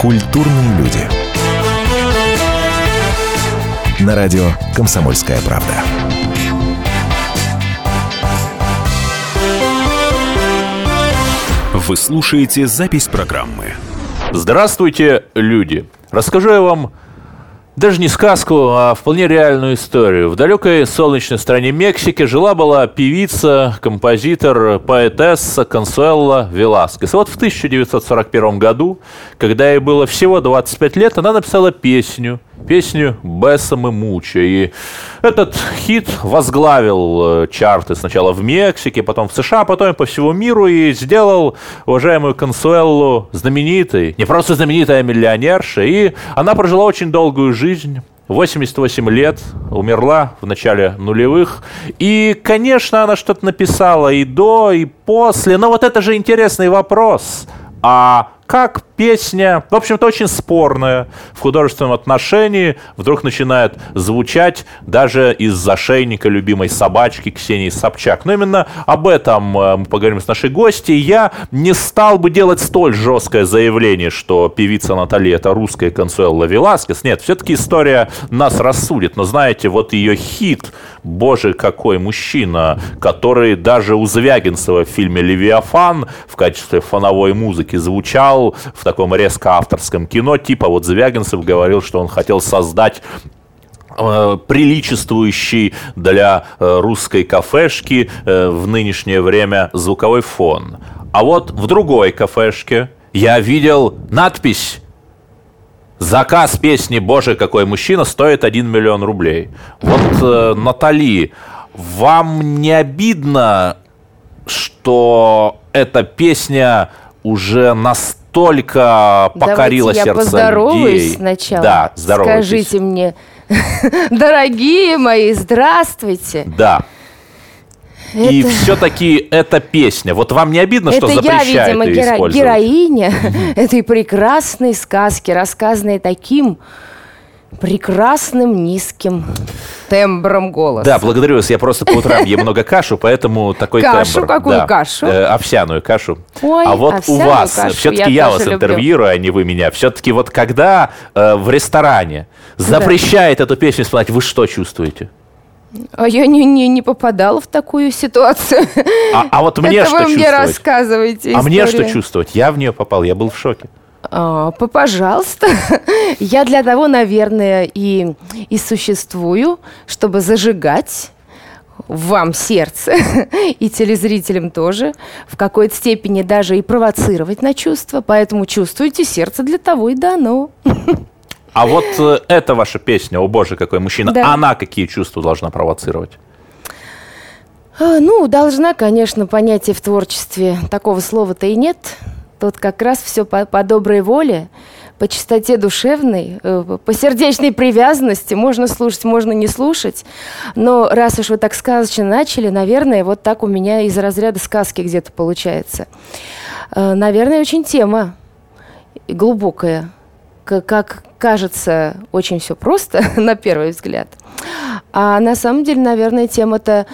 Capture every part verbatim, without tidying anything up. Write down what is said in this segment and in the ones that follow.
Культурные люди. На радио «Комсомольская правда». Вы слушаете запись программы. Здравствуйте, люди! Расскажу я вам даже не сказку, а вполне реальную историю. В далекой солнечной стране Мексики жила-была певица, композитор, поэтесса Консуэла Веласкес. И вот в тысяча девятьсот сорок первом году, когда ей было всего двадцать пять лет, она написала песню, песню «Бесаме Мучо». И этот хит возглавил чарты сначала в Мексике, потом в США, потом и по всему миру, и сделал уважаемую Консуэлу знаменитой, не просто знаменитой, а миллионершей. И она прожила очень долгую жизнь. восемьдесят восемь лет, умерла в начале нулевых. И, конечно, она что-то написала и до, и после. Но вот это же интересный вопрос. А как песня, в общем-то, очень спорная в художественном отношении, вдруг начинает звучать даже из ошейника любимой собачки Ксении Собчак. Но именно об этом мы поговорим с нашей гостьей. Я не стал бы делать столь жесткое заявление, что певица Натали — это русская Консуэла Веласкес. Нет, все-таки история нас рассудит. Но знаете, вот ее хит «Боже, какой мужчина», который даже у Звягинцева в фильме «Левиафан» в качестве фоновой музыки звучал в таком резко авторском кино, типа вот Звягинцев говорил, что он хотел создать э, приличествующий для э, русской кафешки э, в нынешнее время звуковой фон. А вот в другой кафешке я видел надпись: заказ песни «Боже, какой мужчина» стоит один миллион рублей. Вот, э, Натали, вам не обидно, что эта песня уже настолько покорила Давайте сердце людей? Я поздороваюсь сначала. Да, здоровайтесь. Скажите мне, дорогие мои, здравствуйте. Да. Это... И все-таки эта песня, вот вам не обидно, это что запрещают я, видимо, ее геро... использовать? героиня этой прекрасной сказки, рассказанной таким прекрасным низким тембром голоса. Да, благодарю вас. Я просто по утрам ем много кашу, поэтому такой кашу? тембр. Какую да. кашу? Э, овсяную кашу. Ой, а вот у вас, кашу все-таки я я вас люблю. интервьюирую, а не вы меня. Все-таки вот когда э, в ресторане запрещает да. эту песню исполнять, вы что чувствуете? А я не, не, не попадала в такую ситуацию. А, а вот мне Это что вы мне чувствовать? рассказываете историю. А мне что чувствовать? Я в нее попал, я был в шоке. А, пожалуйста. Я для того, наверное, и, и существую, чтобы зажигать вам сердце, и телезрителям тоже, в какой-то степени даже и провоцировать на чувства. Поэтому чувствуйте, сердце для того и дано. А вот э, эта ваша песня «О боже, какой мужчина», да. она какие чувства должна провоцировать? А, ну, должна, конечно, понятие в творчестве такого слова-то и нет. Тут как раз все по, по доброй воле, по чистоте душевной, э, по сердечной привязанности. Можно слушать, можно не слушать. Но раз уж вы так сказочно начали, наверное, вот так у меня из разряда сказки где-то получается. Э, наверное, очень тема глубокая. Как кажется, очень все просто на первый взгляд. А на самом деле, наверное, тема-то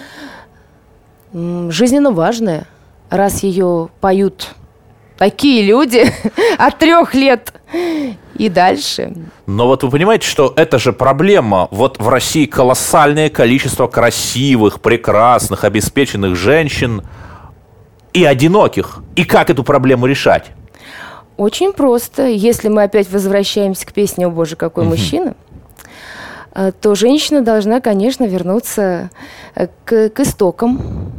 м, жизненно важная, раз ее поют такие люди от трех лет и дальше. Но вот вы понимаете, что это же проблема. Вот в России колоссальное количество красивых, прекрасных, обеспеченных женщин и одиноких. И как эту проблему решать? Очень просто. Если мы опять возвращаемся к песне «О боже, какой мужчина», то женщина должна, конечно, вернуться к, к истокам.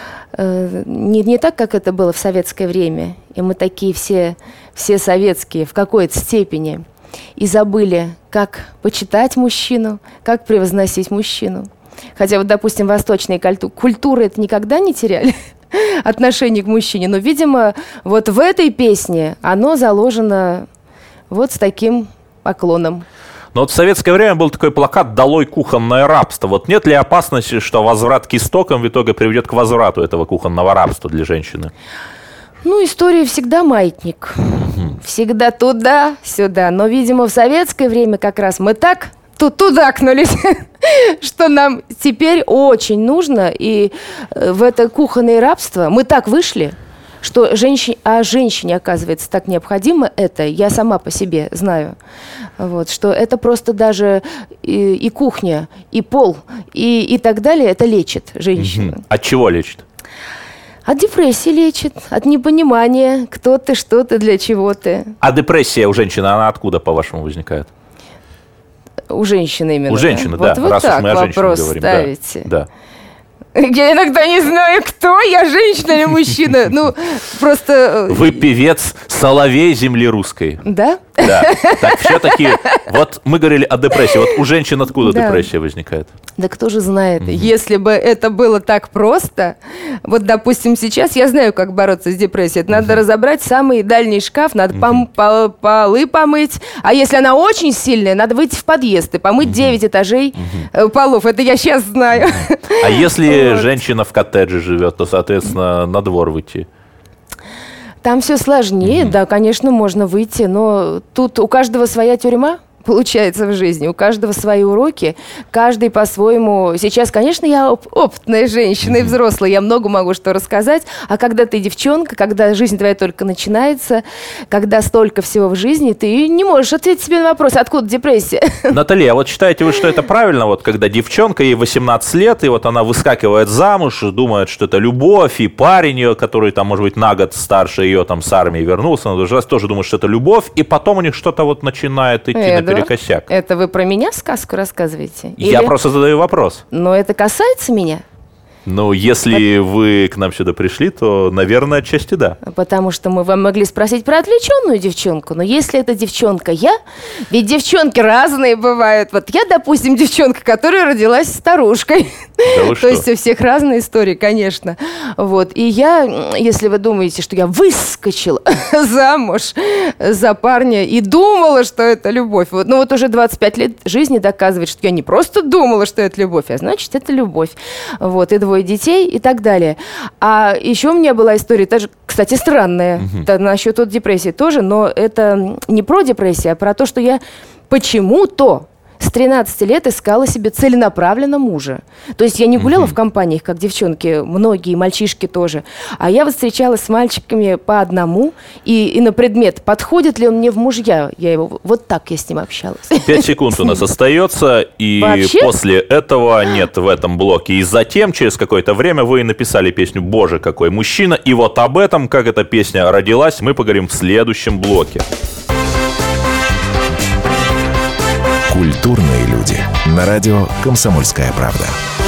Не, не так, как это было в советское время. И мы такие все, все советские в какой-то степени. И забыли, как почитать мужчину, как превозносить мужчину. Хотя вот, допустим, восточные культуры это никогда не теряли. Отношение к мужчине. Но, видимо, вот в этой песне оно заложено вот с таким поклоном. Но вот в советское время был такой плакат «Долой кухонное рабство». Вот нет ли опасности, что возврат к истокам в итоге приведет к возврату этого кухонного рабства для женщины? Ну, история всегда маятник. Угу. Всегда туда-сюда. Но, видимо, в советское время как раз мы так тут тудакнулись, что нам теперь очень нужно. И в это кухонное рабство мы так вышли, что женщине, а женщине, оказывается, так необходимо это, я сама по себе знаю, вот, что это просто даже и, и кухня, и пол, и, и так далее, это лечит женщину. Угу. От чего лечит? От депрессии лечит, от непонимания, кто ты, что ты, для чего ты. А депрессия у женщины, она откуда, по-вашему, возникает? У женщины именно. У женщины, да. да. Вот вы раз так уж мы о женщинах говорим. ставите. Да. Я иногда не знаю, кто я, женщина или мужчина. Ну, просто... Вы певец соловей земли русской. Да? Да. Так, все-таки, вот мы говорили о депрессии. Вот у женщин откуда да. депрессия возникает? Да кто же знает. Mm-hmm. Если бы это было так просто, вот, допустим, сейчас я знаю, как бороться с депрессией. Это надо mm-hmm. разобрать самый дальний шкаф, надо mm-hmm. пом- полы помыть. А если она очень сильная, надо выйти в подъезд и помыть mm-hmm. девять этажей mm-hmm. полов. Это я сейчас знаю. Mm-hmm. А если вот. женщина в коттедже живет, то, соответственно, на двор выйти? Там все сложнее, mm-hmm. да, конечно, можно выйти, но тут у каждого своя тюрьма. Получается в жизни. У каждого свои уроки, каждый по-своему. Сейчас, конечно, я оп- опытная женщина и взрослая, я много могу что рассказать, а когда ты девчонка, когда жизнь твоя только начинается, когда столько всего в жизни, ты не можешь ответить себе на вопрос, откуда депрессия. Наталья, вот считаете вы, что это правильно, вот когда девчонка, ей восемнадцать лет, и вот она выскакивает замуж, думает, что это любовь, и парень ее, который там, может быть, на год старше ее, там, с армии вернулся, она тоже думает, что это любовь, и потом у них что-то вот начинает идти э, на перекосяк. Это вы про меня сказку рассказываете? Я Или... просто задаю вопрос. Но это касается меня? Ну, если От... вы к нам сюда пришли, то, наверное, отчасти да. Потому что мы вам могли спросить про отвлеченную девчонку. Но если это девчонка я, ведь девчонки разные бывают. Вот я, допустим, девчонка, которая родилась старушкой. Да вы что? То есть у всех разные истории, конечно. Вот. И я, если вы думаете, что я выскочила замуж за парня и думала, что это любовь. Вот. Ну вот уже двадцать пять лет жизни доказывает, что я не просто думала, что это любовь, а значит, это любовь. Вот. И двое детей и так далее. А еще у меня была история, тоже, кстати, странная, угу. да, насчет вот депрессии тоже, но это не про депрессию, а про то, что я почему-то с тринадцати лет искала себе целенаправленно мужа. То есть я не гуляла mm-hmm. в компаниях, как девчонки, многие, мальчишки тоже. А я вот встречалась с мальчиками по одному, и, и на предмет, подходит ли он мне в мужья. Я его, вот так я с ним общалась. Пять секунд у нас остается, и Вообще? после этого нет в этом блоке. И затем, через какое-то время, вы написали песню «Боже, какой мужчина». И вот об этом, как эта песня родилась, мы поговорим в следующем блоке. Культурные люди. На радио «Комсомольская правда».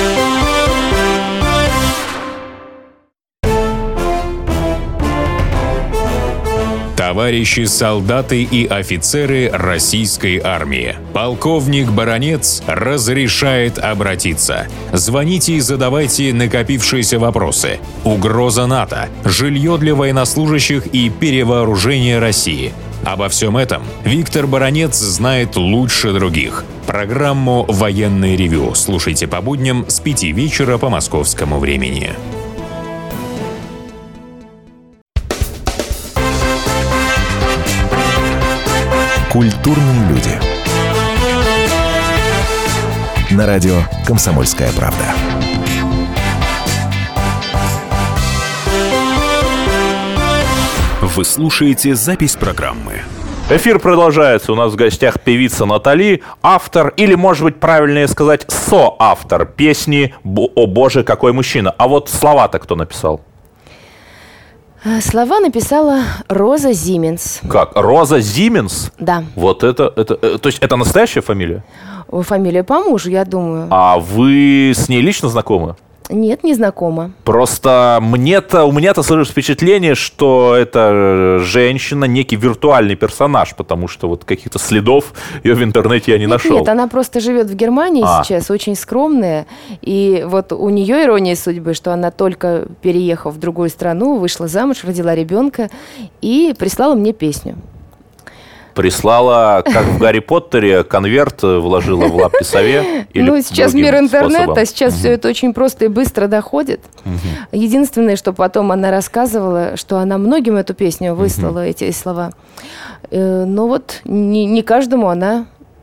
Товарищи солдаты и офицеры российской армии. Полковник Баранец разрешает обратиться. Звоните и задавайте накопившиеся вопросы. Угроза НАТО, жилье для военнослужащих и перевооружение России. Обо всем этом Виктор Баранец знает лучше других. Программу «Военное ревю» слушайте по будням с пяти вечера по московскому времени. Культурные люди. На радио «Комсомольская правда». Вы слушаете запись программы. Эфир продолжается. У нас в гостях певица Натали, автор, или, может быть, правильнее сказать, соавтор песни «О боже, какой мужчина». А вот слова-то кто написал? Слова написала Роза Зименс. Как? Роза Зименс? Да. Вот это, это, то есть это настоящая фамилия? Фамилия по мужу, я думаю. А вы с ней лично знакомы? Нет, не знакома. Просто мне-то, у меня-то сложилось впечатление, что это женщина, некий виртуальный персонаж, потому что вот каких-то следов ее в интернете я не нет, нашел. Нет, она просто живет в Германии а. сейчас, очень скромная. И вот у нее ирония судьбы, что она только переехав в другую страну, вышла замуж, родила ребенка и прислала мне песню. Прислала, как в Гарри Поттере, конверт вложила в лапки сове? Или ну, сейчас мир интернета, способом? сейчас угу. все это очень просто и быстро доходит. Угу. Единственное, что потом она рассказывала, что она многим эту песню выслала, угу. эти слова. Но вот не, не каждому она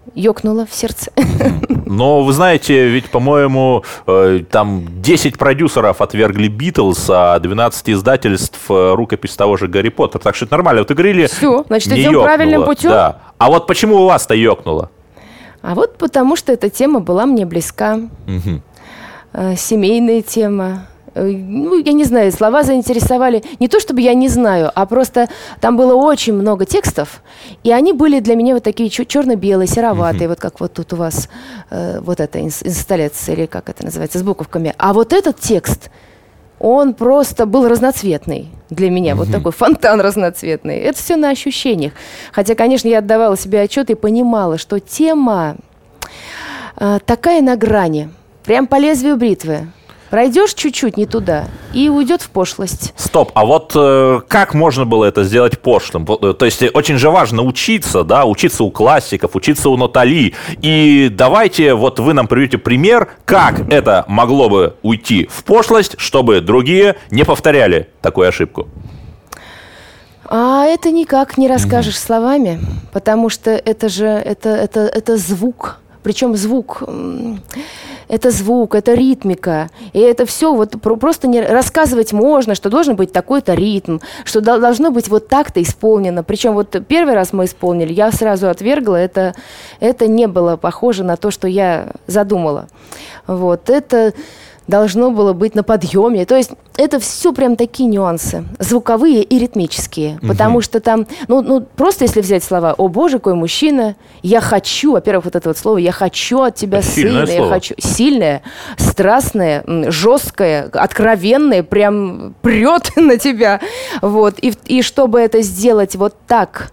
ёкнуло в сердце. Но вы знаете, ведь, по-моему, там десять продюсеров отвергли Битлз, а двенадцать издательств рукопись того же Гарри Поттера. Так что это нормально. Вот вы говорили, все, значит, не идем ёкнуло. Правильным путем. Да. А вот почему у вас-то ёкнуло? А вот потому что эта тема была мне близка. Угу. Э, семейная тема. Ну, я не знаю, слова заинтересовали. Не то, чтобы я не знаю, а просто там было очень много текстов, и они были для меня вот такие черно-белые, сероватые, mm-hmm. вот как вот тут у вас э, вот эта инсталляция, или как это называется, с буковками. А вот этот текст, он просто был разноцветный для меня, mm-hmm. вот такой фонтан разноцветный. Это все на ощущениях. Хотя, конечно, я отдавала себе отчет и понимала, что тема э, такая на грани, прям по лезвию бритвы. Пройдешь чуть-чуть не туда и уйдет в пошлость. Стоп, а вот э, как можно было это сделать пошлым? То есть очень же важно учиться, да, учиться у классиков, учиться у Натали. И давайте вот вы нам приведете пример, как это могло бы уйти в пошлость, чтобы другие не повторяли такую ошибку. А это никак не расскажешь mm-hmm. словами, потому что это же это, это, это звук. Причем звук, это звук, это ритмика. И это все вот просто не рассказывать можно, что должен быть такой-то ритм, что должно быть вот так-то исполнено. Причем вот первый раз мы исполнили, я сразу отвергла, это, это не было похоже на то, что я задумала. Вот, это должно было быть на подъеме. То есть это все прям такие нюансы, звуковые и ритмические. Угу. Потому что там, ну, ну, просто если взять слова «О, Боже, какой мужчина», «Я хочу», во-первых, вот это вот слово «Я хочу от тебя сына», «Я хочу», сильное, страстное, жесткое, откровенное, прям прет на тебя. Вот. И, и чтобы это сделать вот так,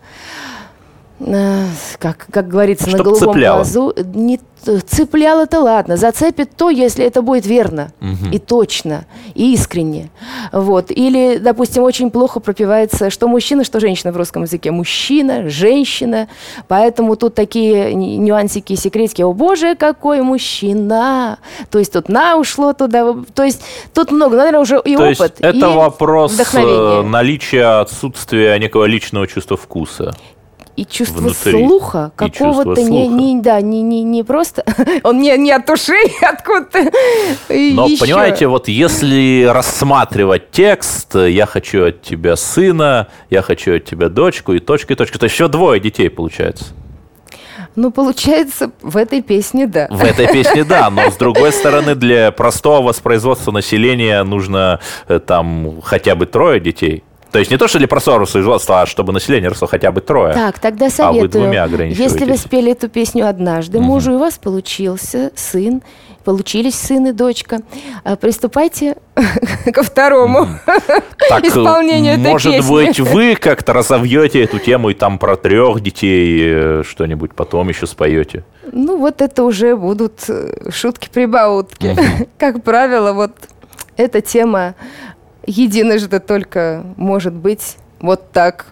как, как говорится, чтоб на голубом цепляло. Глазу, не цепляло-то ладно, зацепит то, если это будет верно, угу. и точно, и искренне. Вот. Или, допустим, очень плохо пропевается, что мужчина, что женщина в русском языке. Мужчина, женщина. Поэтому тут такие нюансики, секретики. О, Боже, какой мужчина! То есть тут на ушло туда. То есть тут много, наверное, уже и то опыт, есть это и вопрос вдохновение. Наличия, отсутствия некого личного чувства вкуса. И чувство внутри. слуха, и какого-то чувство не, не, да, не, не, не просто, он не, не от ушей, откуда-то. Но еще. Понимаете, вот если рассматривать текст, я хочу от тебя сына, я хочу от тебя дочку, и точка, и точка, то еще двое детей получается. Ну, получается, в этой песне да. В этой песне да, но с другой стороны, для простого воспроизводства населения нужно там хотя бы трое детей. То есть не то, что для простого воспроизводства, а чтобы население росло хотя бы трое. Так, тогда советую. А вы двумя ограничиваетесь. Если вы спели эту песню однажды, угу. мужу, и у вас получился сын, получились сын и дочка, приступайте ко второму так, исполнению этой может песни. Может быть, вы как-то разовьете эту тему и там про трех детей что-нибудь потом еще споете? Ну, вот это уже будут шутки-прибаутки. Угу. Как правило, вот эта тема единожды только может быть вот так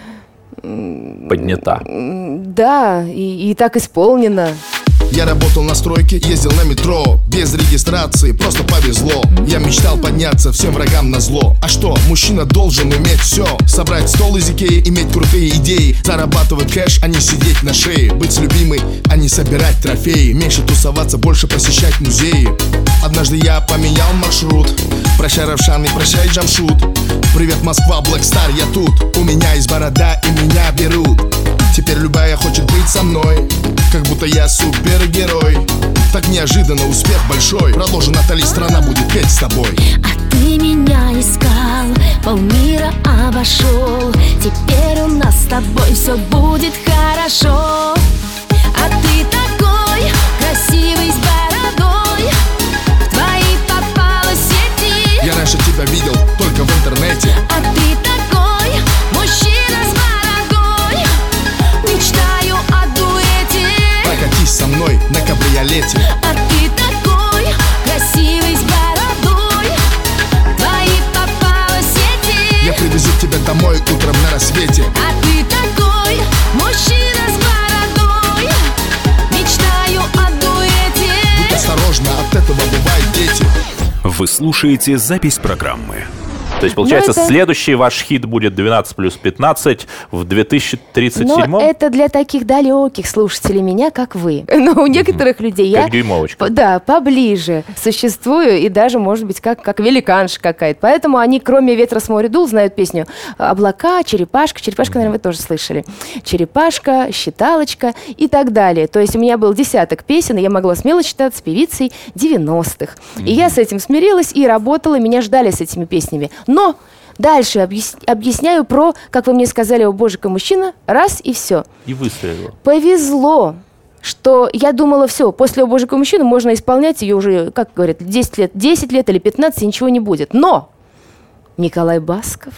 поднята. Да, и, и так исполнено. Я работал на стройке, ездил на метро, без регистрации, просто повезло. Я мечтал подняться всем врагам назло. А что, мужчина должен уметь все: собрать стол из Икеи, иметь крутые идеи, зарабатывать кэш, а не сидеть на шее, быть с любимой, а не собирать трофеи, меньше тусоваться, больше посещать музеи. Однажды я поменял маршрут. Прощай, Равшан, и прощай, Джамшут. Привет, Москва, Black Star, я тут. У меня есть борода, и меня берут. Теперь любая хочет быть со мной, как будто я супергерой. Так неожиданно успех большой. Продолжи, Натали, страна будет петь с тобой. А ты меня искал, полмира обошел. Теперь у нас с тобой все будет хорошо. А ты такой красивый, с бородой, в твои попала сети. Я раньше тебя видел только в интернете. А ты такой мужчина с бородой, мечтаю о дуэте. Прокатись со мной на кабриолете. А ты такой красивый, с бородой, твои попала сети. Я привезу тебя домой утром на рассвете. А ты такой мужчина с бородой, мечтаю о дуэте. Будь осторожна, от этого бывают дети. Вы слушаете запись программы. То есть, получается, это... следующий ваш хит будет двенадцать плюс пятнадцать в две тысячи тридцать седьмом? Но это для таких далеких слушателей меня, как вы. Но у некоторых людей я... Как дюймовочка. Да, поближе существую, и даже, может быть, как, как великанша какая-то. Поэтому они, кроме «Ветра с моря дул», знают песню «Облака», «Черепашка». «Черепашка», наверное, вы тоже слышали. «Черепашка», «Считалочка» и так далее. То есть у меня был десяток песен, и я могла смело считаться певицей девяностых. И я с этим смирилась и работала, меня ждали с этими песнями. Но дальше объяс... объясняю про, как вы мне сказали, о боже, какой мужчина, раз и все. И выстрелила. Повезло, что я думала, все, после «О боже, какой мужчина» можно исполнять ее уже, как говорят, десять лет, десять лет или пятнадцать, и ничего не будет. Но Николай Басков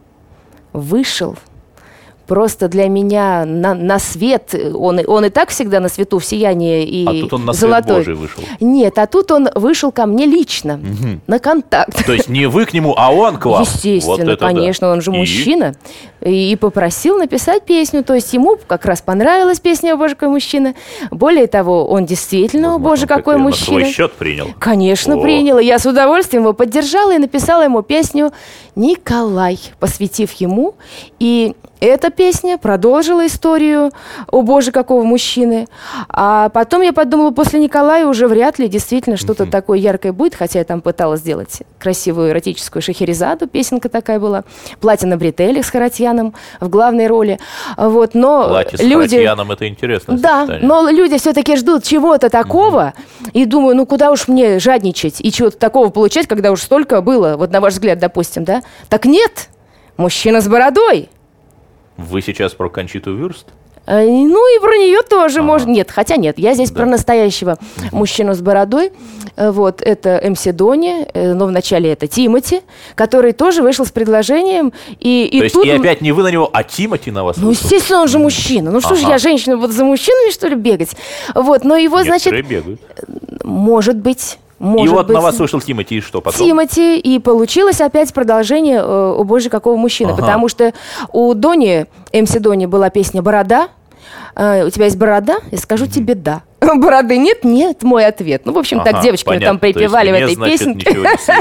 вышел просто для меня на, на свет. Он, он и так всегда на свету, в сиянии и золотой. А тут он на свет Божий вышел? Нет, а тут он вышел ко мне лично, угу. на контакт. То есть не вы к нему, а он к вам? Естественно, вот конечно, да. Он же и? мужчина. И, и попросил написать песню. То есть ему как раз понравилась песня «О боже, какой мужчина». Более того, он действительно «О боже, какой мужчина». На свой счет принял? Конечно, О. принял. И я с удовольствием его поддержала и написала ему песню «Николай», посвятив ему. И эта песня продолжила историю «О боже, какого мужчины». А потом я подумала, после Николая уже вряд ли действительно что-то mm-hmm. такое яркое будет, хотя я там пыталась сделать красивую эротическую Шахерезаду, песенка такая была, «Платье на бретелях» с Харатьяном в главной роли. Вот, но «Платье с люди... Харатьяном» — это интересно. Да, сочетание. Но люди все-таки ждут чего-то такого, mm-hmm. и думаю, ну куда уж мне жадничать и чего-то такого получать, когда уж столько было, вот на ваш взгляд, допустим, да? Так нет, мужчина с бородой. Вы сейчас про Кончиту Вюрст? Ну и про нее тоже ага. можно. Нет, хотя нет, я здесь да. про настоящего угу. мужчину с бородой. Вот, это эм си Дони, но вначале это Тимати, который тоже вышел с предложением. И, и То есть тут... и опять не вы на него, а Тимати на вас? Ну, вышел? Естественно, он же мужчина. Ну что ага. же я, женщина, буду за мужчинами, что ли, бегать? Вот, но его, Некоторые значит... бегают. Может быть... Может и вот быть, на вас вышел Тимати, и что потом? Тимати, и получилось опять продолжение э, «О боже, какого мужчины», ага. потому что у Дони, эм си Дони, была песня «Борода». Э, у тебя есть борода? Я скажу mm-hmm. тебе «да». Бороды нет? Нет, мой ответ. Ну, в общем, ага, так девочки понятно. Там припевали в этой значит, песенке.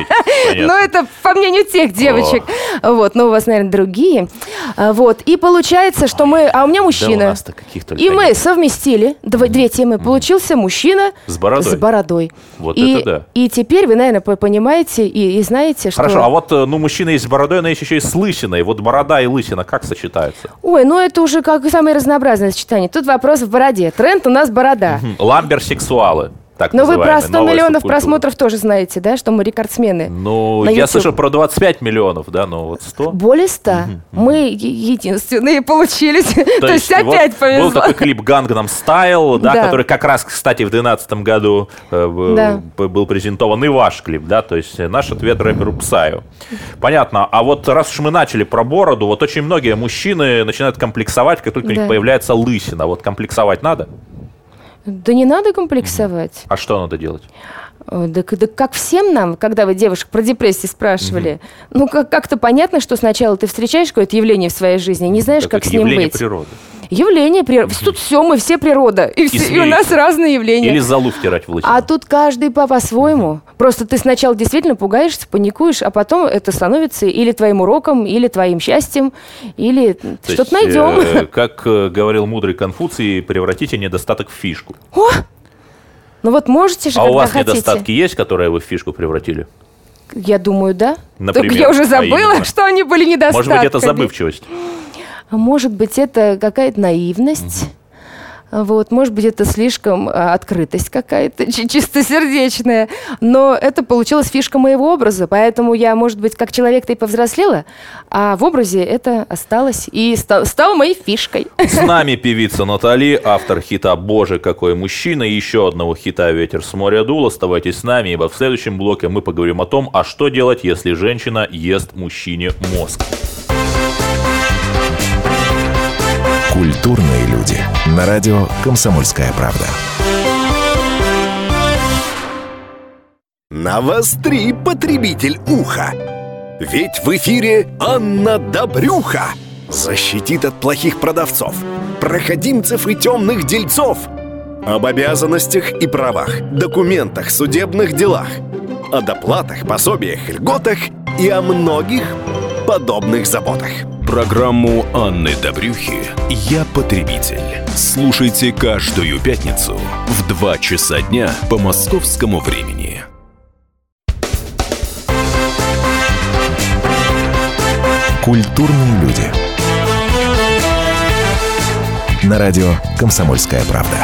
Но это по мнению тех девочек. Вот, но у вас, наверное, другие. Вот, и получается, что мы... А у меня мужчина. И мы совместили две темы. Получился мужчина с бородой. Вот это да. И теперь вы, наверное, понимаете и знаете, что... Хорошо, а вот, ну, мужчина есть с бородой, но есть еще и с лысиной. Вот борода и лысина как сочетаются? Ой, ну это уже как самое разнообразное сочетание. Тут вопрос в бороде. Тренд у нас борода. Ламберсексуалы, так Но вы называемые. про сто миллионов просмотров тоже знаете, да, что мы рекордсмены? Ну, я слышал про двадцать пять миллионов, да, но вот сто. Более ста. Мы единственные получились. То есть опять повезло. Был такой клип «Gangnam Style», да, который как раз, кстати, в две тысячи двенадцатом году был презентован, и ваш клип, да, то есть наш ответ рэперу Псаю. Понятно. А вот раз уж мы начали про бороду, вот очень многие мужчины начинают комплексовать, как только у них появляется лысина. Вот комплексовать надо? Да не надо комплексовать. А что надо делать? Да, да как всем нам, когда вы девушек про депрессии спрашивали, угу. ну как- как-то понятно, что сначала ты встречаешь какое-то явление в своей жизни, не знаешь, как с ним быть. Явление природы. Явление природы. Угу. Тут все, мы все природа. И, все, и у нас разные явления. Или залу втирать в лысину. А тут каждый по- по-своему. Угу. Просто ты сначала действительно пугаешься, паникуешь, а потом это становится или твоим уроком, или твоим счастьем, или То что-то есть, найдем. Э, как э, говорил мудрый Конфуций, превратите недостаток в фишку. О! Ну вот можете же, а когда у вас хотите. Недостатки есть, которые вы в фишку превратили? Я думаю, да. Например, только я уже забыла, а что они были недостатками. Может быть, это забывчивость? Может быть, это какая-то наивность. Угу. Вот, может быть, это слишком а, открытость какая-то, чистосердечная. Но это получилась фишка моего образа. Поэтому я, может быть, как человек-то и повзрослела, а в образе это осталось и ста- стало моей фишкой. С нами певица Натали, автор хита «Боже, какой мужчина» и еще одного хита «Ветер с моря дул». Оставайтесь с нами, ибо в следующем блоке мы поговорим о том, а что делать, если женщина ест мужчине мозг. Культурные люди. На радио «Комсомольская правда». Навостри, потребитель уха. Ведь в эфире Анна Добрюха защитит от плохих продавцов, проходимцев и темных дельцов. Об обязанностях и правах, документах, судебных делах, о доплатах, пособиях, льготах и о многих подобных заботах. Программу Анны Добрюхи «Я потребитель». Слушайте каждую пятницу в два часа дня по московскому времени. Культурные люди. На радио «Комсомольская правда».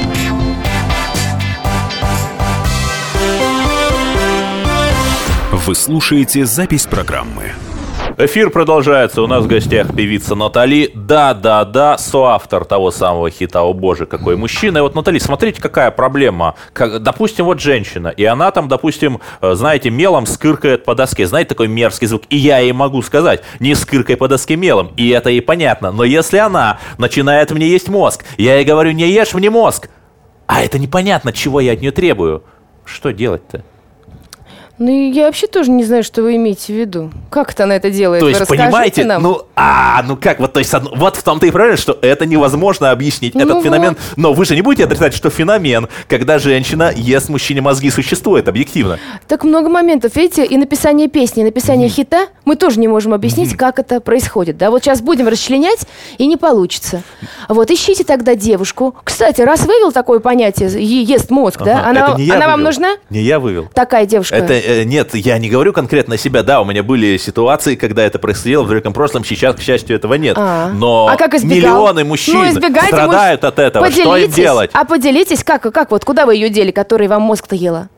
Вы слушаете запись программы. Эфир продолжается. У нас в гостях певица Натали. Да-да-да, соавтор того самого хита «О боже, какой мужчина». И вот, Натали, смотрите, какая проблема. Как, допустим, вот женщина, и она там, допустим, знаете, мелом скыркает по доске. Знаете, такой мерзкий звук. И я ей могу сказать, не скыркай по доске мелом. И это ей понятно. Но если она начинает мне есть мозг, я ей говорю, не ешь мне мозг. А это непонятно, чего я от нее требую. Что делать-то? Ну, я вообще тоже не знаю, что вы имеете в виду. Как это она это делает? То Вы есть, расскажите понимаете, нам. ну, а, ну как, вот, то есть, одно- вот в том-то и правильно, что это невозможно объяснить, Ну этот вот. феномен. Но вы же не будете отрицать, что феномен, когда женщина ест мужчине мозги, существует объективно. Так много моментов. Видите, и написание песни, и написание хита мы тоже не можем объяснить, как это происходит. Да, вот сейчас будем расчленять, и не получится. Вот, ищите тогда девушку. Кстати, раз вывел такое понятие, е- ест мозг, да, Ага, она, это не я она вам вывел. нужна? Не я вывел. Такая девушка. Это, э, нет, я не говорю конкретно себя, да, у меня были ситуации, когда это происходило в далеком прошлом, сейчас, к счастью, этого нет. А. Но А как избегал? миллионы мужчин Ну, избегайте, страдают может, от этого. Что им поделитесь. делать? А поделитесь, как, как вот, куда вы ее дели, которой вам мозг-то ела?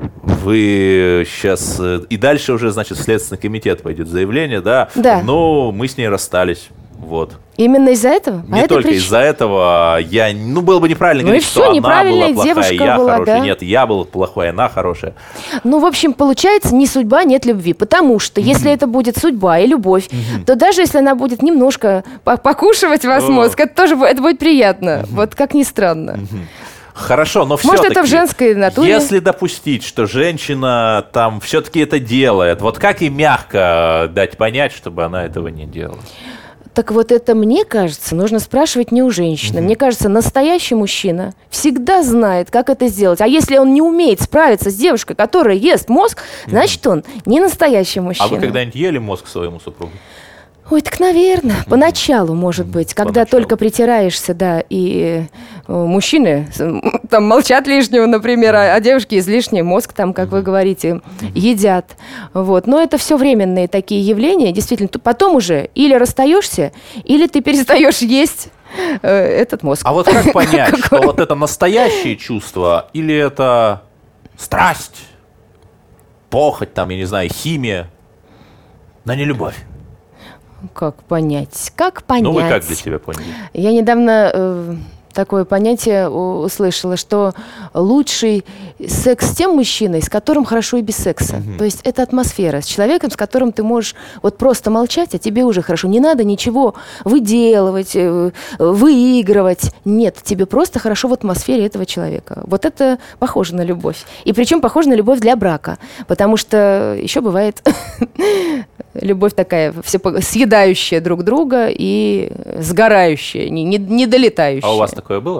Вы сейчас... э, И дальше уже, значит, в Следственный комитет пойдет заявление, да? Да. Ну, мы с ней расстались, вот. Именно из-за этого? По Не этой только причине? из-за этого, я, ну, было бы неправильно Ну говорить, и что всё, она неправильная была плохая, девушка я была, хорошая. да? Нет, я был плохой, она хорошая. Ну, в общем, получается, не судьба, нет любви. Потому что, если это будет судьба и любовь, то даже если она будет немножко по- покушивать вас О. мозг, это тоже бу- это будет приятно. Вот как ни странно. Хорошо, но Может, все-таки... это в женской натуре? Если допустить, что женщина там все-таки это делает, вот как ей мягко дать понять, чтобы она этого не делала? Так вот это, мне кажется, нужно спрашивать не у женщины. Мне кажется, настоящий мужчина всегда знает, как это сделать. А если он не умеет справиться с девушкой, которая ест мозг, значит, он не настоящий мужчина. А вы когда-нибудь ели мозг своему супругу? Ой, так, наверное, поначалу, может быть, когда Поначалу. только притираешься, да, и э, мужчины с- там молчат лишнего, например, а, а девушки излишний мозг, там, как вы говорите, едят. Вот. Но это все временные такие явления, действительно. Т- Потом уже или расстаешься, или ты перестаешь есть э, этот мозг. А вот как понять, что Какой? вот это настоящее чувство или это страсть, похоть, там, я не знаю, химия, но не любовь? Как понять? Как понять? Ну, вы как для себя поняли? Я недавно э, такое понятие у- услышала, что лучший секс с тем мужчиной, с которым хорошо и без секса. То есть это атмосфера с человеком, с которым ты можешь вот просто молчать, а тебе уже хорошо. Не надо ничего выделывать, э, выигрывать. Нет, тебе просто хорошо в атмосфере этого человека. Вот это похоже на любовь. И причем похоже на любовь для брака. Потому что еще бывает любовь такая, все по- съедающая друг друга и сгорающая, не, не, не долетающая. А у вас такое было?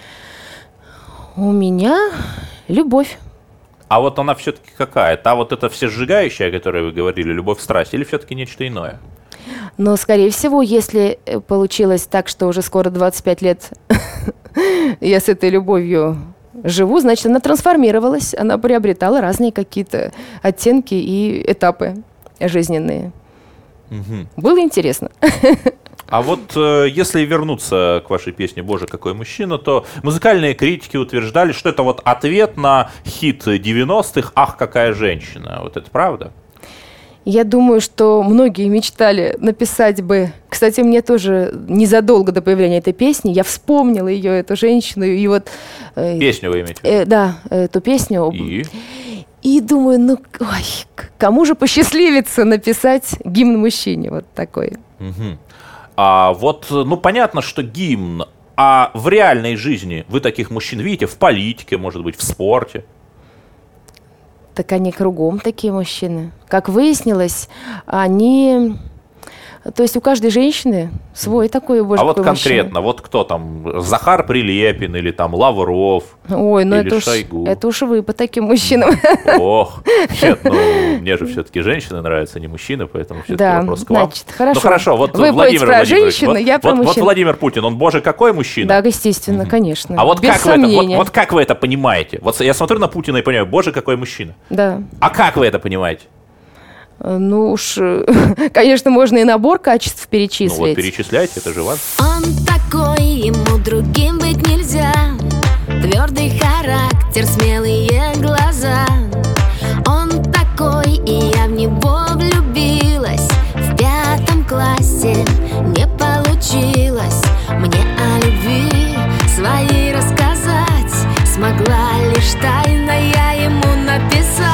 У меня любовь. А вот она все-таки какая? Та вот эта всесжигающая, о которой вы говорили, любовь, страсть, или все-таки нечто иное? Но, скорее всего, если э, получилось так, что уже скоро двадцать пять лет я с этой любовью живу, значит, она трансформировалась, она приобретала разные какие-то оттенки и этапы жизненные. Было интересно. А вот э, если вернуться к вашей песне «Боже, какой мужчина», то музыкальные критики утверждали, что это вот ответ на хит девяностых «Ах, какая женщина». Вот это правда? Я думаю, что многие мечтали написать бы... Кстати, мне тоже незадолго до появления этой песни я вспомнила ее, эту женщину, и вот... э, Песню вы имеете в виду? э, да, эту песню. И? И думаю, ну, ой, к- кому же посчастливится написать гимн мужчине вот такой? Мгм. А вот, ну, понятно, что гимн, а в реальной жизни вы таких мужчин видите в политике, может быть, в спорте? Так они кругом такие мужчины. Как выяснилось, они То есть у каждой женщины свой такой, боже, А вот какой конкретно, мужчина. вот кто там, Захар Прилепин или там Лавров, Ой, ну или это уж, Шойгу? это уж вы по таким мужчинам. Ох, нет, ну, мне же все-таки женщины нравятся, не мужчины, поэтому все-таки Да, вопрос к вам. значит, хорошо. Ну хорошо, вот Вы Владимир поете про Владимирович, женщину, вот, я про вот, вот мужчин. Владимир Путин, он, боже, какой мужчина? Да, естественно, конечно. А вот без как, вы это, вот, сомнения. вот как вы это понимаете? Вот я смотрю на Путина и понимаю, боже, какой мужчина. Да. А как вы это понимаете? Ну уж, конечно, можно и набор качеств Ну вот перечислить. перечисляйте, это же важно. Он такой, ему другим быть нельзя. Твердый характер, смелые глаза. Он такой, и я в него влюбилась. В пятом классе не получилось мне о любви своей рассказать. Смогла лишь тайно я ему написать.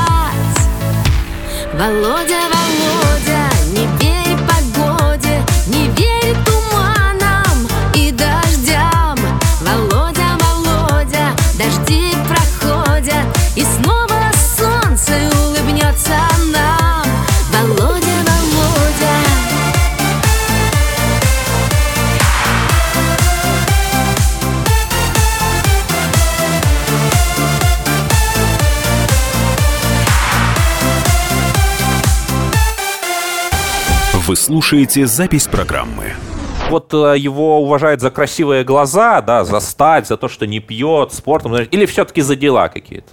Володя, Володя, не верь погоде, не верь туманам и дождям. Володя, Володя, дожди проходят, и снова солнце улыбнется нам. Володя, Володя. Вы слушаете запись программы. Вот э, его уважают за красивые глаза, да, за стать, за то, что не пьет, спортом, или все-таки за дела какие-то?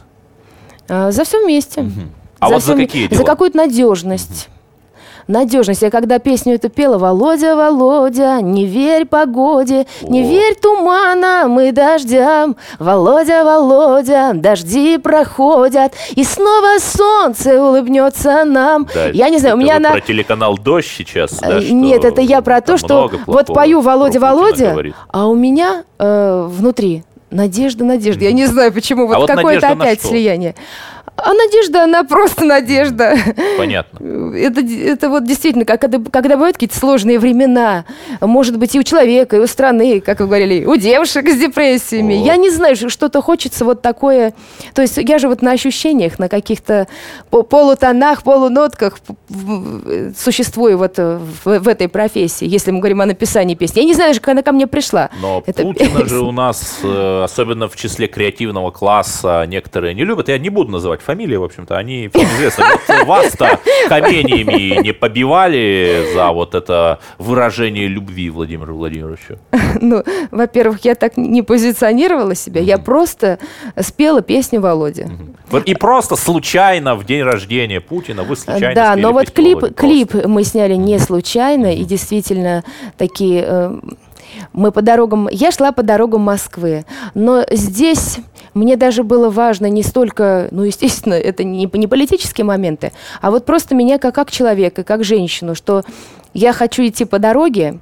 А, за все вместе. А вот за всё вме- какие дела? За какую-то надежность. Надежность. Я когда песню эту пела: Володя, Володя, не верь погоде, не О. верь туманам и дождям. Володя, Володя, дожди проходят, и снова солнце улыбнется нам. Да, Я не знаю, у это меня вы на... про телеканал «Дождь» сейчас, да, Э, что Нет, это я про то, там что много вот плохого пою Володя, про Путина Володя, говорит. а у меня э, внутри надежда, надежда. Я не знаю, почему, вот вот какое-то надежда на опять что? слияние. А надежда, она просто надежда. Понятно. Это, это вот действительно, как когда, когда бывают какие-то сложные времена, может быть, и у человека, и у страны, как вы говорили, у девушек с депрессиями. О. Я не знаю, что- что-то хочется вот такое. То есть я же вот на ощущениях, на каких-то по- полутонах, полунотках п- в- существую вот в, в этой профессии, если мы говорим о написании песни. Я не знаю, как она ко мне пришла. Но эта Путина песня. же у нас, э, особенно в числе креативного класса, некоторые не любят. Я не буду называть фамилии, в общем-то, они всем известны. Вот вас-то каменьями не побивали за вот это выражение любви Владимиру Владимировичу? Ну, во-первых, я так не позиционировала себя, я просто спела песню Володи. Вот и просто случайно в день рождения Путина вы случайно Да, спели но вот песню клип, Володи. клип мы сняли не случайно, и действительно такие... э, мы по дорогам... Я шла по дорогам Москвы, но здесь мне даже было важно не столько... Ну, естественно, это не, не политические моменты, а вот просто меня как, как человека, как женщину, что я хочу идти по дороге,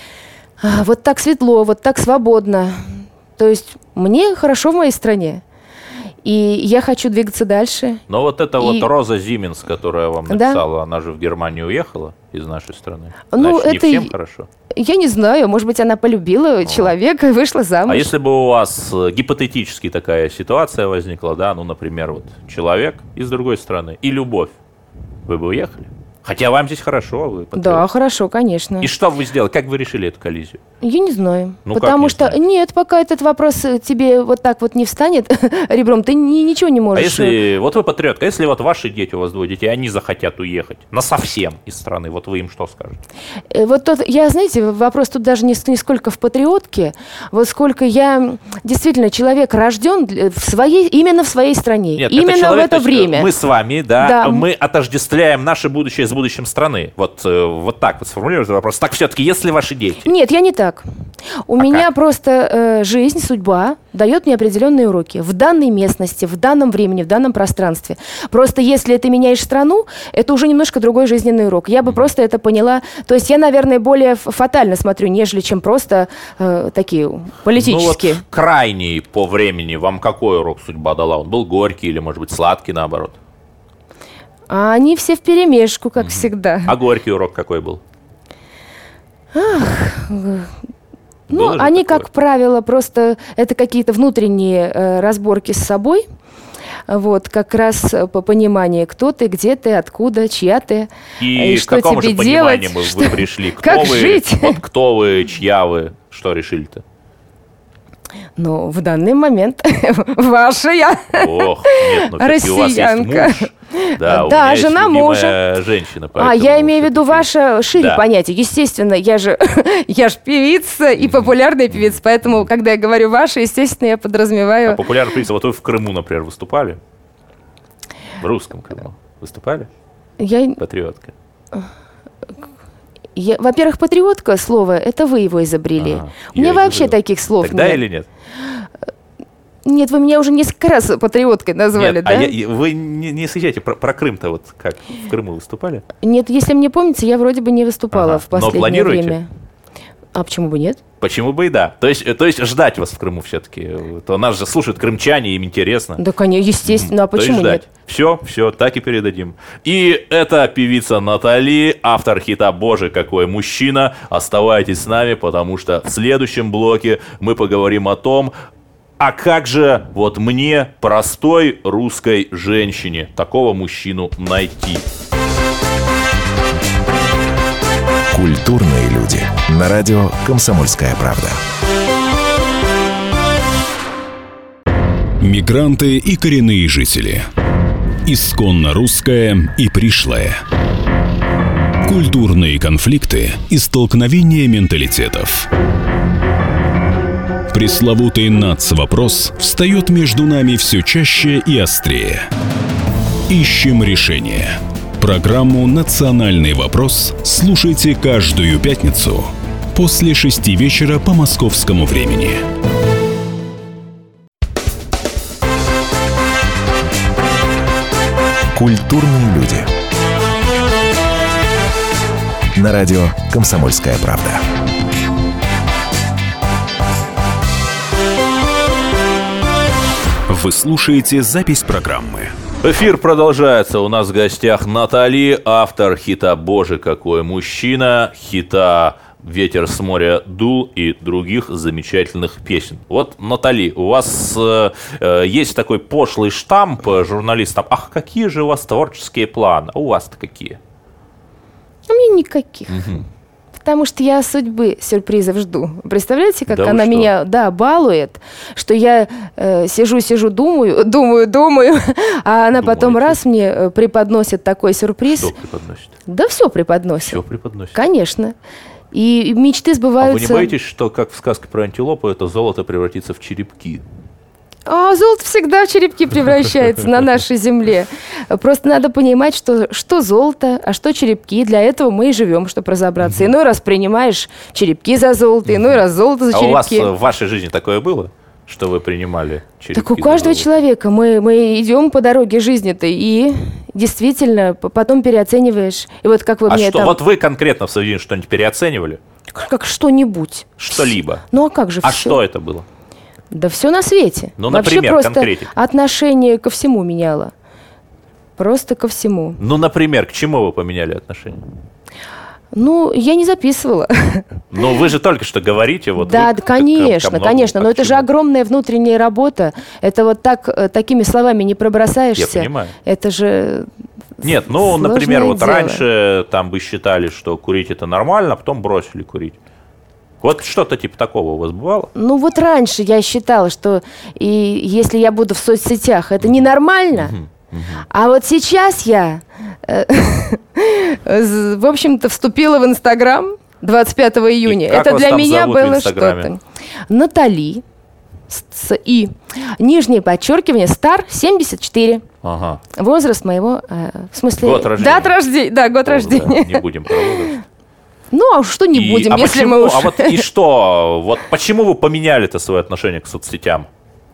а, вот так светло, вот так свободно. То есть мне хорошо в моей стране. И я хочу двигаться дальше. Но вот эта И- вот Роза Зименс, которая вам Да. написала, она же в Германию уехала из нашей страны. Ну, Значит, не это всем и- хорошо. Я не знаю, может быть, она полюбила человека и вышла замуж. А если бы у вас э, гипотетически такая ситуация возникла, да, ну, например, вот человек из другой страны и любовь, вы бы уехали? Хотя вам здесь хорошо, вы патриот. Да, хорошо, конечно. И что вы сделали? Как вы решили эту коллизию? Я не знаю. Ну, как Потому не что... знаете? Нет, пока этот вопрос э, тебе вот так вот не встанет ребром, ты ни- ничего не А можешь. если, вот вы патриотка, если вот ваши дети, у вас двое детей, они захотят уехать насовсем из страны, вот вы им что скажете? Э, Вот тот, я, знаете, вопрос тут даже не, с- не сколько в патриотке, вот сколько я действительно человек рожден для- в своей, именно в своей стране, Нет, именно человек, в это то есть, время. Мы с вами, да, Да. мы отождествляем наше будущее с будущим страны. Вот, э, вот так вот сформулируем этот вопрос. Так все-таки, если ваши дети... Нет, я не так. У А меня как? просто э, жизнь, судьба дает мне определенные уроки в данной местности, в данном времени, в данном пространстве. Просто если ты меняешь страну, это уже немножко другой жизненный урок. Я бы просто это поняла. То есть я, наверное, более ф- фатально смотрю, нежели чем просто э, такие политические. Ну вот крайний по времени вам какой урок судьба дала? Он был горький или, может быть, сладкий, наоборот? А они все вперемешку, как всегда. А горький урок какой был? Ну, Было же они, такое? как правило, просто это какие-то внутренние э, разборки с собой. Вот, как раз по пониманию, кто ты, где ты, откуда, чья ты, и, и что к какому тебе же делать. пониманию Что... вы пришли? Кто как вы, жить? Вот кто вы, чья вы, что решили-то? Ну, в данный момент ваша я. Ох, нет, ну все-таки у вас есть муж. Да, у да, меня жена есть мужа. Женщина. А, я имею в виду ваше шире да. понятие. Естественно, я же, я же певица и популярная певица, поэтому, когда я говорю ваша, естественно, я подразумеваю... А популярная певица, вот вы в Крыму, например, выступали? В русском Крыму выступали? Я... Патриотка. Я, во-первых, патриотка слово, это вы его изобрели. Ага, У меня вообще изобрел. таких слов Тогда нет. или нет? Нет, вы меня уже несколько раз патриоткой назвали, нет, да? А я, вы не, не съезжайте про, про Крым-то, вот как в Крыму выступали? Нет, если мне помнится, я вроде бы не выступала Ага. в последнее Но планируете? время. А почему бы нет? Почему бы и да. То есть, то есть ждать вас в Крыму все-таки. То нас же слушают крымчане, им интересно. Да, конечно, естественно, а То есть почему ждать. нет? Все, все, так и передадим. И это певица Натали, автор хита «Боже, какой мужчина». Оставайтесь с нами, потому что в следующем блоке мы поговорим о том, а как же вот мне, простой русской женщине, такого мужчину найти? Культурные люди. На радио «Комсомольская правда». Мигранты и коренные жители. Исконно русское и пришлое. Культурные конфликты и столкновения менталитетов. Пресловутый НАЦ-вопрос встает между нами все чаще и острее. Ищем решение. Программу «Национальный вопрос» слушайте каждую пятницу после шести вечера по московскому времени. Культурные люди. На радио «Комсомольская правда». Вы слушаете запись программы. Эфир продолжается. У нас в гостях Натали, автор хита «Боже, какой мужчина», хита «Ветер с моря дул» и других замечательных песен. Вот, Натали, у вас э, э, есть такой пошлый штамп журналистам. Ах, какие же у вас творческие планы? А у вас-то какие? У меня никаких. Угу. Потому что я судьбы сюрпризов жду. Представляете, как Да она меня, да, балует, что я э, сижу, сижу, думаю, думаю, думаю, а она Думаете? потом раз мне э, преподносит такой сюрприз. Что преподносит? Да все преподносит. Все преподносит. Конечно. И мечты сбываются. А вы не боитесь, что, как в сказке про антилопу, это золото превратится в черепки? А золото всегда в черепки превращается на нашей земле. Просто надо понимать, что, что золото, а что черепки. Для этого мы и живем, чтобы разобраться. Иной раз принимаешь черепки за золото, иной раз золото за А черепки. у вас в вашей жизни такое было, что вы принимали черепки? Так у каждого человека. Мы, мы идем по дороге жизни-то, и действительно потом переоцениваешь. И вот как вы А мне что, там... вот вы конкретно в своей жизни что-нибудь переоценивали? Как что-нибудь. Что-либо? Ну а как же А все? что это было? Да все на свете. Ну, Вообще например, просто конкретика. отношение ко всему меняло. Просто ко всему. Ну, например, к чему вы поменяли отношение? Ну, я не записывала. Ну, вы же только что говорите. Вот Да, вы да, к- ко- ко конечно, многому, конечно. а Но к это же чему? огромная внутренняя работа. Это вот так, э, такими словами не пробросаешься. Я понимаю. Это же Нет, ну, сложное например, вот дело. раньше там вы считали, что курить это нормально, а потом бросили курить. Вот что-то типа такого у вас бывало? Ну вот раньше я считала, что и если я буду в соцсетях, это ненормально. А вот сейчас я, э, з- в общем-то, вступила в Инстаграм двадцать пятого июня. как Это вас для там меня зовут в было Инстаграме? что-то. Натали с, с И. Нижнее подчеркивание стар семьдесят четыре. Ага. Возраст моего, э, в смысле... Год рождения. Дата рождения, да, год Да, рождения. не будем про возраст. Ну, а что не И- будем, а если почему- мы уж... А вот и что? Вот почему вы поменяли-то свое отношение к соцсетям?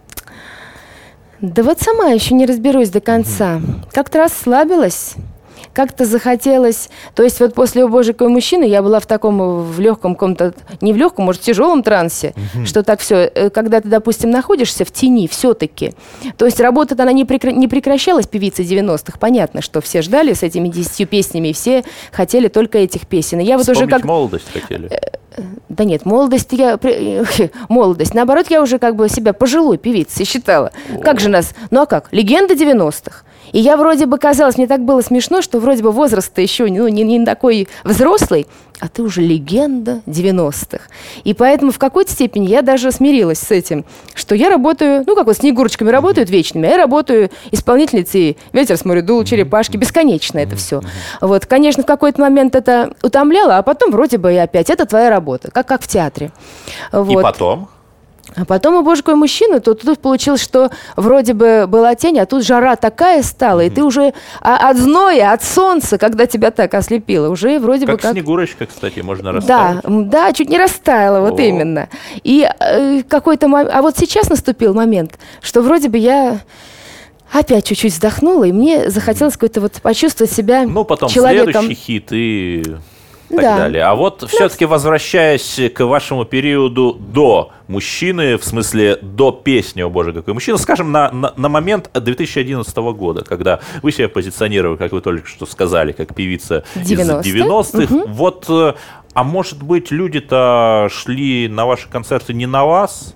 Да вот сама еще не разберусь до конца. Как-то расслабилась. как-то захотелось... То есть вот после «О, боже, какой мужчина» я была в таком, в легком каком-то... Не в легком, может, в тяжелом трансе, mm-hmm. что так все... Когда ты, допустим, находишься в тени все-таки, то есть работа-то она не, прекра... не прекращалась, певицы девяностых. Понятно, что все ждали с этими десятью песнями, и все хотели только этих песен. И я вот уже как... молодость хотели. Да нет, молодость я... Молодость. Наоборот, я уже как бы себя пожилой певицей считала. О. Как же нас... Ну а как? Легенда девяностых. И я вроде бы казалось, мне так было смешно, что вроде бы возраст-то еще ну, не, не такой взрослый, а ты уже легенда девяностых. И поэтому в какой-то степени я даже смирилась с этим, что я работаю, ну как вот снегурочками работают вечными, а я работаю исполнительницей «Ветер с моря дул», «Черепашки», бесконечно это все. Вот, конечно, в какой-то момент это утомляло, а потом вроде бы и опять, это твоя работа, как, как в театре. Вот. И потом? А потом, о боже, какой мужчина, то тут получилось, что вроде бы была тень, а тут жара такая стала, mm-hmm. и ты уже от зноя, от солнца, когда тебя так ослепило, уже вроде как бы как... Снегурочка, кстати, можно растаять. Да, да, чуть не растаяла, вот именно. И э, какой-то момент... А вот сейчас наступил момент, что вроде бы я... Опять чуть-чуть вздохнула, и мне захотелось какой-то вот почувствовать себя ну, потом человеком. Следующий хит и... так да. далее. А вот да. все-таки возвращаясь к вашему периоду до мужчины, в смысле до песни «О боже, какой мужчина», скажем, на, на, на момент две тысячи одиннадцатого года, когда вы себя позиционировали, как вы только что сказали, как певица девяностых. из девяностых. Угу. Вот, а может быть, люди-то шли на ваши концерты не на вас,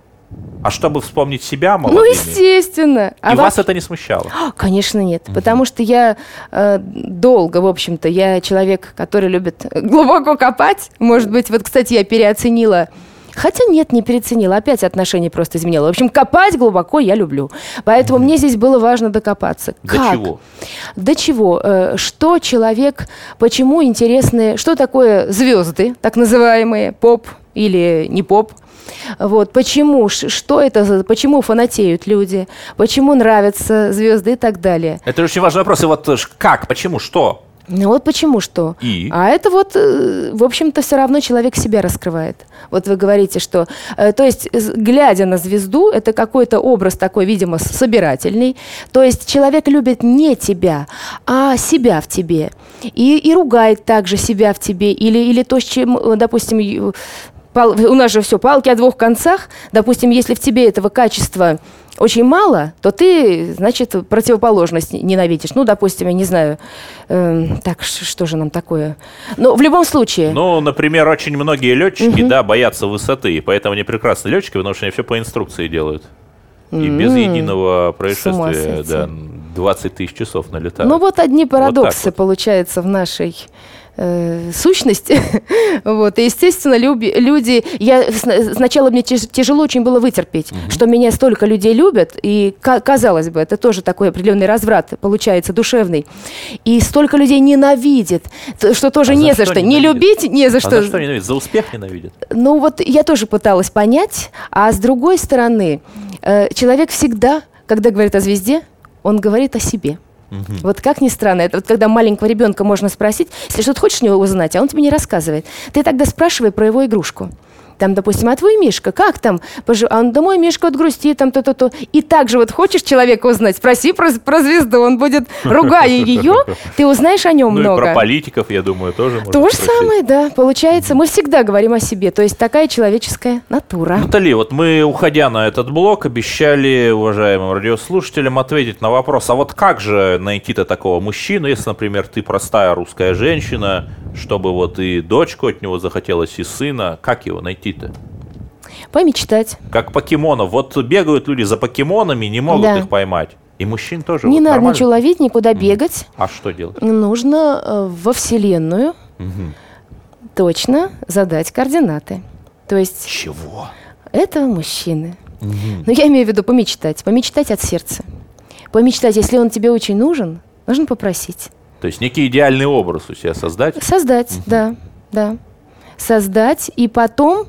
а чтобы вспомнить себя молодыми? Ну, естественно. И а вас это не смущало? Конечно, нет. Uh-huh. Потому что я э, долго, в общем-то, я человек, который любит глубоко копать. Может быть, вот, кстати, я переоценила... Хотя нет, не переоценила. Опять отношение просто изменило. В общем, копать глубоко я люблю. Поэтому uh-huh. мне здесь было важно докопаться. До как? чего? До чего? Э, что человек... Почему интересны... Что такое звезды, так называемые, поп или не поп? Вот, почему, что это, почему фанатеют люди, почему нравятся звезды и так далее. Это очень важный вопрос. И вот как, почему, что? Ну вот почему что? И? А это вот, в общем-то, все равно человек себя раскрывает. Вот вы говорите, что... То есть, глядя на звезду, это какой-то образ такой, видимо, собирательный. То есть, человек любит не тебя, а себя в тебе. И, и ругает также себя в тебе. Или, или то, с чем, допустим... Пал, у нас же все, палки о двух концах. Допустим, если в тебе этого качества очень мало, то ты, значит, противоположность ненавидишь. Ну, допустим, я не знаю, э, так, что же нам такое? Ну, в любом случае. Ну, например, очень многие летчики, угу. да, боятся высоты, и поэтому они прекрасные летчики, потому что они все по инструкции делают. И mm-hmm. без единого происшествия, да, двадцать тысяч часов налетают. Ну, вот одни парадоксы, вот вот. получается, в нашей... сущности. Вот. И, естественно, люби, люди... Я, сначала мне тяжело очень было вытерпеть, угу. что меня столько людей любят, и, казалось бы, это тоже такой определенный разврат, получается, душевный. И столько людей ненавидит, что тоже а не за, за что. Не любить, не за а что. За что ненавидят? За успех ненавидят? Ну, вот я тоже пыталась понять, а с другой стороны, человек всегда, когда говорит о звезде, он говорит о себе. Угу. Вот как ни странно, это вот когда маленького ребенка можно спросить, если что-то хочешь у него узнать, а он тебе не рассказывает. Ты тогда спрашивай про его игрушку. Там, допустим, а твой Мишка, как там? А он, да мой Мишка вот грустит, там то-то-то. И также вот хочешь человека узнать, спроси про, про звезду, он будет, ругая ее, ты узнаешь о нем ну много. И про политиков, я думаю, тоже можно То же спросить. самое, да. Получается, мы всегда говорим о себе, то есть такая человеческая натура. Натали, вот мы, уходя на этот блок, обещали уважаемым радиослушателям ответить на вопрос, а вот как же найти-то такого мужчину, если, например, ты простая русская женщина, чтобы вот и дочку от него захотелось, и сына, как его найти? Помечтать. Как покемонов. Вот бегают люди за покемонами, не могут да. их поймать. И мужчин тоже. Не вот надо нормально? Ничего ловить, никуда бегать. А что делать? Нужно э, во Вселенную угу. точно задать координаты. То есть... Чего? Этого мужчины. Угу. Ну, я имею в виду помечтать. Помечтать от сердца. Помечтать, если он тебе очень нужен, нужно попросить. То есть некий идеальный образ у себя создать? Создать, угу. да, да. Создать и потом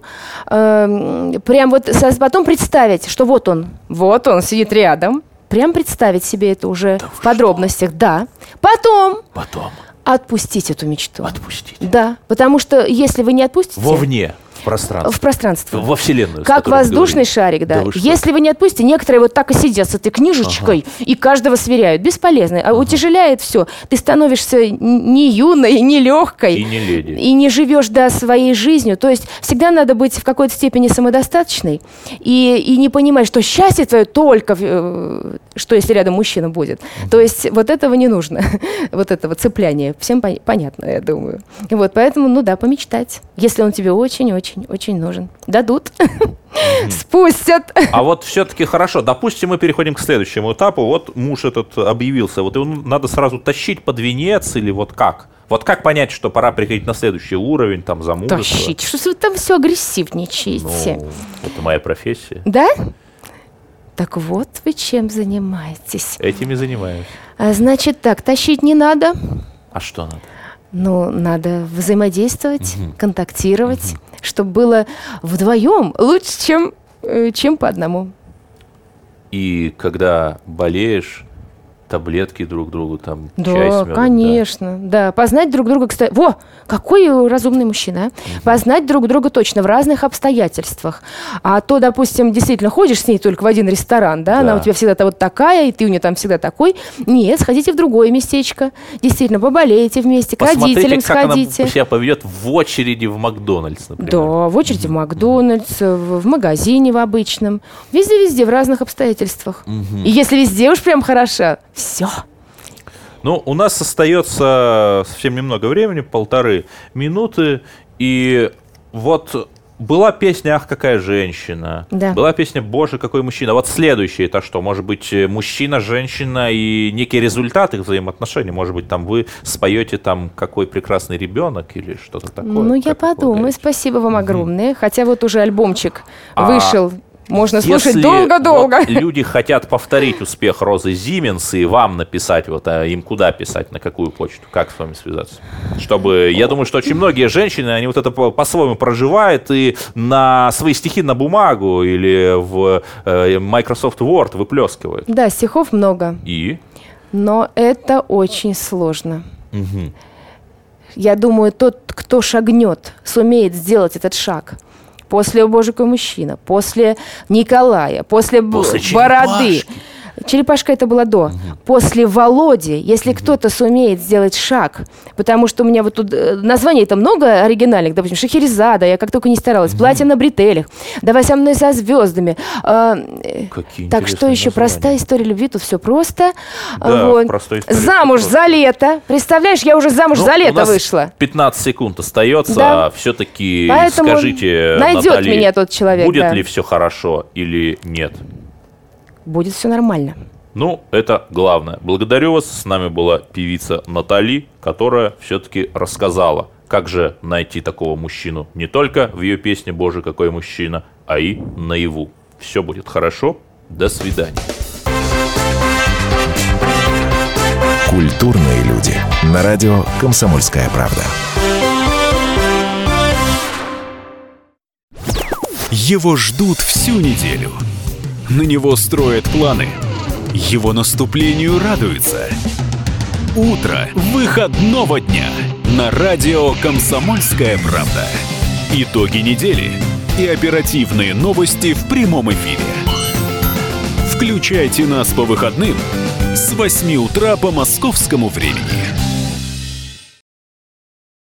э, прям вот со, потом представить, что вот он, вот он сидит рядом, прям представить себе это уже да в подробностях, что? Да. Потом, потом отпустить эту мечту. Отпустить. Да, потому что если вы не отпустите... Вовне. В пространство. В пространство. Во Вселенную. Как воздушный шарик, да. да вы Если вы не отпустите, некоторые вот так и сидят с этой книжечкой ага. и каждого сверяют. Бесполезно. А ага. утяжеляет все. Ты становишься не юной, не легкой. И не леди. И не живешь, да, своей жизнью. То есть всегда надо быть в какой-то степени самодостаточной и, и не понимать, что счастье твое только, что если рядом мужчина будет. Ага. То есть вот этого не нужно. Вот этого цепляния. Всем пон- понятно, я думаю. Вот, поэтому, ну да, помечтать. Если он тебе очень-очень-очень нужен. Дадут. Спустят. А вот все-таки хорошо. Допустим, мы переходим к следующему этапу. Вот муж этот объявился. Вот его надо сразу тащить под венец или вот как? Вот как понять, что пора переходить на следующий уровень, там, замужество? Тащить? Что вы там все агрессивничаете? Ну, это моя профессия. Да? Так вот вы чем занимаетесь. Этим и занимаюсь. А, значит так, тащить не надо. А что надо? Ну, надо взаимодействовать, угу. контактировать, угу. чтобы было вдвоем лучше, чем, чем по одному. И когда болеешь, таблетки друг другу, там, да, чай с медом. Конечно, да. да. Познать друг друга, кстати. Во, какой разумный мужчина, а? Угу. Познать друг друга точно в разных обстоятельствах. А то, допустим, действительно ходишь с ней только в один ресторан, да, да. она у тебя всегда вот такая, и ты у нее там всегда такой. Нет, сходите в другое местечко. Действительно, поболейте вместе, посмотрите, к родителям сходите. Посмотрите, как она себя поведет в очереди в Макдональдс, например. Да, в очереди угу. в Макдональдс, в, в магазине в обычном. Везде-везде, в разных обстоятельствах. Угу. И если везде уж прям хороша, все. Ну, у нас остается совсем немного времени, полторы минуты, и вот была песня «Ах, какая женщина», да. была песня «Боже, какой мужчина». Вот следующее это что? Может быть, мужчина, женщина и некий результат их взаимоотношений? Может быть, там вы споете там «Какой прекрасный ребенок» или что-то такое? Ну, я подумаю, спасибо вам огромное. Mm-hmm. Хотя вот уже альбомчик а... вышел. Можно Если слушать долго-долго. Вот люди хотят повторить успех Розы Зименс и вам написать, вот, а им куда писать, на какую почту, как с вами связаться? Чтобы, я думаю, что очень многие женщины, они вот это по- по-своему проживают и на свои стихи на бумагу или в э, Microsoft Word выплескивают. Да, стихов много. И? Но это очень сложно. Угу. Я думаю, тот, кто шагнет, сумеет сделать этот шаг. После «О боже, какой мужчина», после Николая, после, после Бороды. Черепашки. Черепашка это было до. Угу. После Володи, если угу. кто-то сумеет сделать шаг, потому что у меня вот тут названий это много оригинальных, допустим, Шахерезада, я как только не старалась, угу. «Платье на бретелях», «Давай со мной со звездами». А, так что еще названия. Простая история любви, тут все просто. Да, вот. Замуж просто. За лето. Представляешь, я уже замуж ну, за лето у нас вышла. пятнадцать секунд остается, да. все-таки поэтому скажите, найдет Натали, меня тот человек, будет да. ли все хорошо или нет? Будет все нормально. Ну, это главное. Благодарю вас. С нами была певица Натали, которая все-таки рассказала, как же найти такого мужчину не только в ее песне «Боже, какой мужчина», а и наяву. Все будет хорошо. До свидания. Культурные люди. На радио «Комсомольская правда». Его ждут всю неделю. На него строят планы. Его наступлению радуются. Утро выходного дня на радио «Комсомольская правда». Итоги недели и оперативные новости в прямом эфире. Включайте нас по выходным с восьми утра по московскому времени.